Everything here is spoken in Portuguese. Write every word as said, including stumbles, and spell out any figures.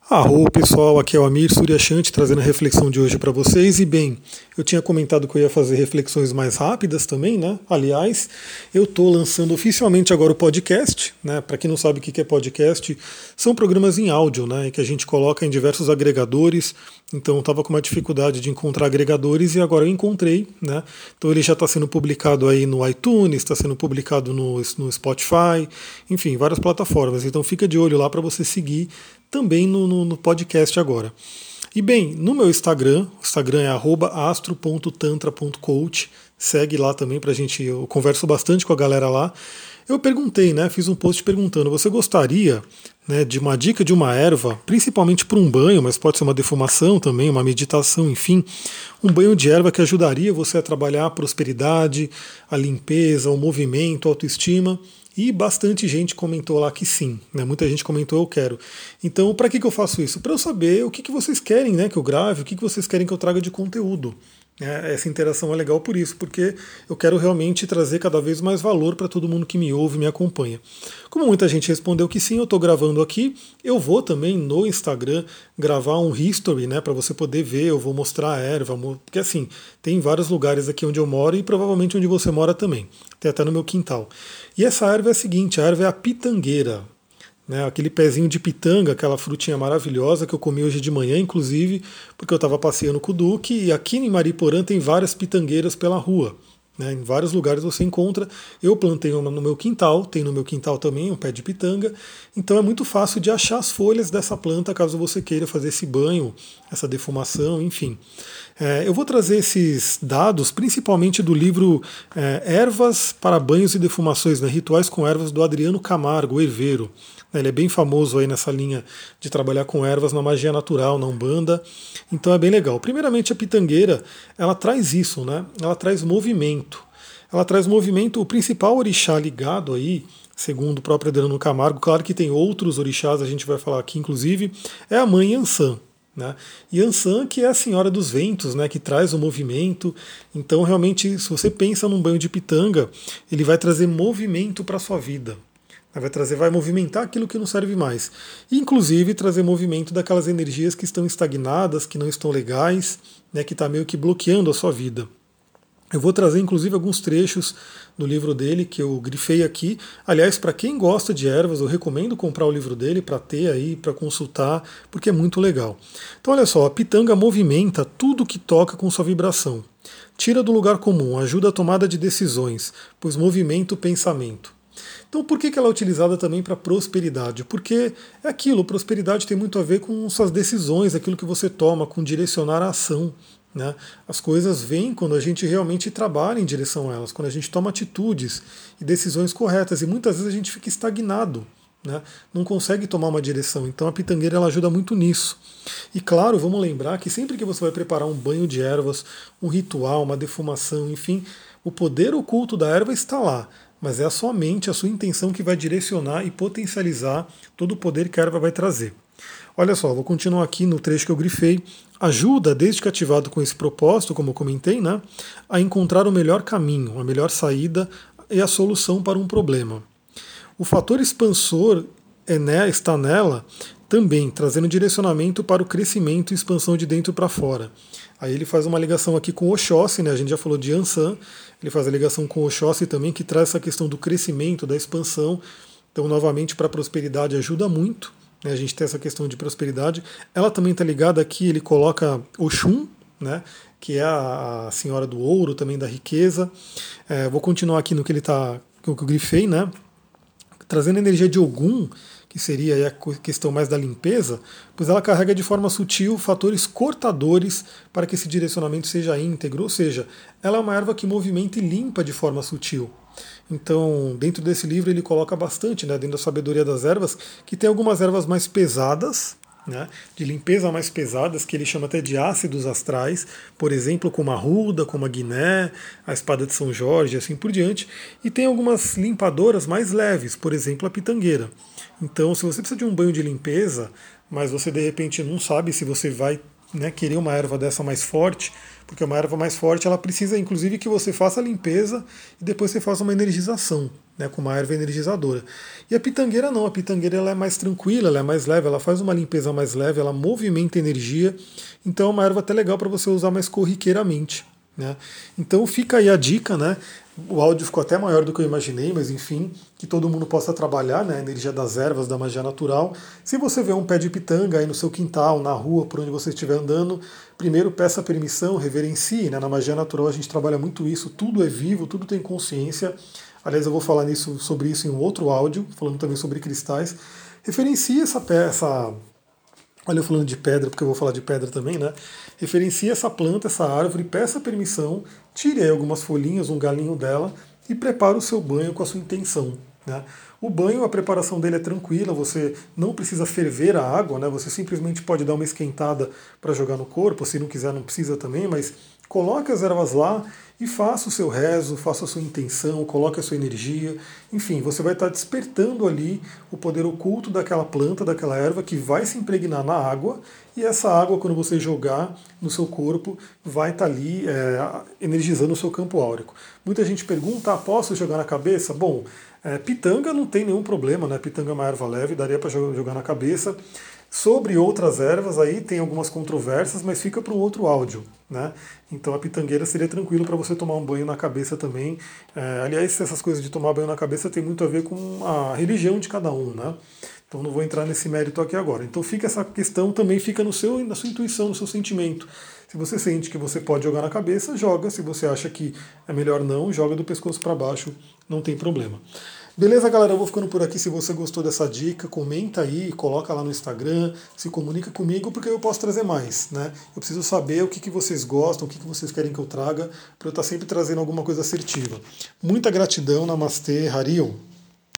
Arro, pessoal, aqui é o Amir Suryashanti trazendo a reflexão de hoje para vocês. E bem, eu tinha comentado que eu ia fazer reflexões mais rápidas também, né? Aliás, eu estou lançando oficialmente agora o podcast, né? Para quem não sabe o que é podcast, são programas em áudio, né? Que a gente coloca em diversos agregadores. Então eu estava com uma dificuldade de encontrar agregadores e agora eu encontrei, né? Então ele já está sendo publicado aí no iTunes, está sendo publicado no, no Spotify, enfim, várias plataformas. Então fica de olho lá para você seguir também no, no, no podcast agora. E bem, no meu Instagram, o Instagram é arroba astro ponto tantra ponto coach, segue lá também pra gente, eu converso bastante com a galera lá. Eu perguntei, né, fiz um post perguntando, você gostaria, né, de uma dica de uma erva, principalmente para um banho, mas pode ser uma defumação também, uma meditação, enfim, um banho de erva que ajudaria você a trabalhar a prosperidade, a limpeza, o movimento, a autoestima. E bastante gente comentou lá que sim, né? Muita gente comentou eu quero. Então, para que, que eu faço isso? Para eu saber o que, que vocês querem, né, que eu grave, o que, que vocês querem que eu traga de conteúdo. É, essa interação é legal por isso, porque eu quero realmente trazer cada vez mais valor para todo mundo que me ouve e me acompanha. Como muita gente respondeu que sim, eu estou gravando aqui, eu vou também no Instagram gravar um history, né, para você poder ver, eu vou mostrar a erva, porque assim, tem vários lugares aqui onde eu moro e provavelmente onde você mora também, tem até no meu quintal. E essa erva é a seguinte, a erva é a pitangueira. Né, aquele pezinho de pitanga, aquela frutinha maravilhosa que eu comi hoje de manhã, inclusive, porque eu estava passeando com o Duque, e aqui em Mariporã tem várias pitangueiras pela rua. Né, em vários lugares você encontra. Eu plantei uma no meu quintal, tem no meu quintal também um pé de pitanga, então é muito fácil de achar as folhas dessa planta caso você queira fazer esse banho, essa defumação, enfim. É, eu vou trazer esses dados principalmente do livro é, Ervas para Banhos e Defumações, né, Rituais com Ervas, do Adriano Camargo, o herveiro. Ele é bem famoso aí nessa linha de trabalhar com ervas na magia natural, na Umbanda. Então é bem legal. Primeiramente, a pitangueira, ela traz isso, né? Ela traz movimento. Ela traz movimento, o principal orixá ligado aí, segundo o próprio Adriano Camargo, claro que tem outros orixás, a gente vai falar aqui, inclusive, é a mãe Yansan. Né? Yansan, que é a senhora dos ventos, né, que traz o movimento. Então, realmente, se você pensa num banho de pitanga, ele vai trazer movimento para a sua vida. Vai trazer, vai movimentar aquilo que não serve mais. E, inclusive, trazer movimento daquelas energias que estão estagnadas, que não estão legais, né, que está meio que bloqueando a sua vida. Eu vou trazer, inclusive, alguns trechos do livro dele que eu grifei aqui. Aliás, para quem gosta de ervas, eu recomendo comprar o livro dele para ter aí, para consultar, porque é muito legal. Então, olha só, a pitanga movimenta tudo que toca com sua vibração. Tira do lugar comum, ajuda a tomada de decisões, pois movimenta o pensamento. Então, por que ela é utilizada também para prosperidade? Porque é aquilo, prosperidade tem muito a ver com suas decisões, aquilo que você toma, com direcionar a ação. Né? As coisas vêm quando a gente realmente trabalha em direção a elas, quando a gente toma atitudes e decisões corretas, e muitas vezes a gente fica estagnado. Né? Não consegue tomar uma direção, então a pitangueira ela ajuda muito nisso. E claro, vamos lembrar que sempre que você vai preparar um banho de ervas, um ritual, uma defumação, enfim, o poder oculto da erva está lá. Mas é a sua mente, a sua intenção que vai direcionar e potencializar todo o poder que a erva vai trazer. Olha só, vou continuar aqui no trecho que eu grifei. Ajuda, desde que ativado com esse propósito, como eu comentei, né, a encontrar o melhor caminho, a melhor saída e a solução para um problema. O fator expansor é, né, está nela também, trazendo direcionamento para o crescimento e expansão de dentro para fora. Aí ele faz uma ligação aqui com Oxóssi, né? A gente já falou de Yansan, ele faz a ligação com Oxóssi também, que traz essa questão do crescimento, da expansão. Então, novamente, para a prosperidade ajuda muito, né? A gente tem essa questão de prosperidade. Ela também está ligada aqui, ele coloca Oxum, né? Que é a, a senhora do ouro, também da riqueza. É, vou continuar aqui no que ele está, que eu grifei, né? Trazendo a energia de Ogum, que seria a questão mais da limpeza, pois ela carrega de forma sutil fatores cortadores para que esse direcionamento seja íntegro, ou seja, ela é uma erva que movimenta e limpa de forma sutil. Então, dentro desse livro ele coloca bastante, né, dentro da sabedoria das ervas, que tem algumas ervas mais pesadas, né, de limpeza mais pesadas, que ele chama até de ácidos astrais, por exemplo, como a ruda, como a guiné, a espada de São Jorge, e assim por diante, e tem algumas limpadoras mais leves, por exemplo, a pitangueira. Então, se você precisa de um banho de limpeza, mas você de repente não sabe se você vai, né, querer uma erva dessa mais forte, porque é uma erva mais forte, ela precisa inclusive que você faça a limpeza e depois você faça uma energização, né, com uma erva energizadora. E a pitangueira não, a pitangueira ela é mais tranquila, ela é mais leve, ela faz uma limpeza mais leve, ela movimenta energia, então é uma erva até legal para você usar mais corriqueiramente. Né? Então fica aí a dica, né? O áudio ficou até maior do que eu imaginei, mas enfim, que todo mundo possa trabalhar, né, a energia das ervas, da magia natural. Se você vê um pé de pitanga aí no seu quintal, na rua, por onde você estiver andando, primeiro peça permissão, reverencie, né? Na magia natural a gente trabalha muito isso, tudo é vivo, tudo tem consciência. Aliás, eu vou falar nisso, sobre isso em um outro áudio, falando também sobre cristais. Referencie essa peça. Olha, eu falando de pedra, porque eu vou falar de pedra também, né? Referencie essa planta, essa árvore, peça permissão, tire aí algumas folhinhas, um galinho dela e prepare o seu banho com a sua intenção. Né? O banho, a preparação dele é tranquila, você não precisa ferver a água, né? Você simplesmente pode dar uma esquentada para jogar no corpo, se não quiser não precisa também, mas coloque as ervas lá e faça o seu rezo, faça a sua intenção, coloque a sua energia. Enfim, você vai estar despertando ali o poder oculto daquela planta, daquela erva que vai se impregnar na água e essa água, quando você jogar no seu corpo, vai estar ali é, energizando o seu campo áurico. Muita gente pergunta, ah, posso jogar na cabeça? Bom, é, pitanga não tem nenhum problema, né? Pitanga é uma erva leve, daria para jogar na cabeça. Sobre outras ervas, aí tem algumas controvérsias, mas fica para um outro áudio. Né? Então a pitangueira seria tranquilo para você tomar um banho na cabeça também. É, aliás, essas coisas de tomar banho na cabeça tem muito a ver com a religião de cada um. Né? Então não vou entrar nesse mérito aqui agora. Então fica essa questão, também fica no seu, na sua intuição, no seu sentimento. Se você sente que você pode jogar na cabeça, joga. Se você acha que é melhor não, joga do pescoço para baixo, não tem problema. Beleza, galera? Eu vou ficando por aqui. Se você gostou dessa dica, comenta aí, coloca lá no Instagram, se comunica comigo, porque eu posso trazer mais. Né? Eu preciso saber o que, que vocês gostam, o que, que vocês querem que eu traga, para eu estar sempre trazendo alguma coisa assertiva. Muita gratidão, Namastê, Harion.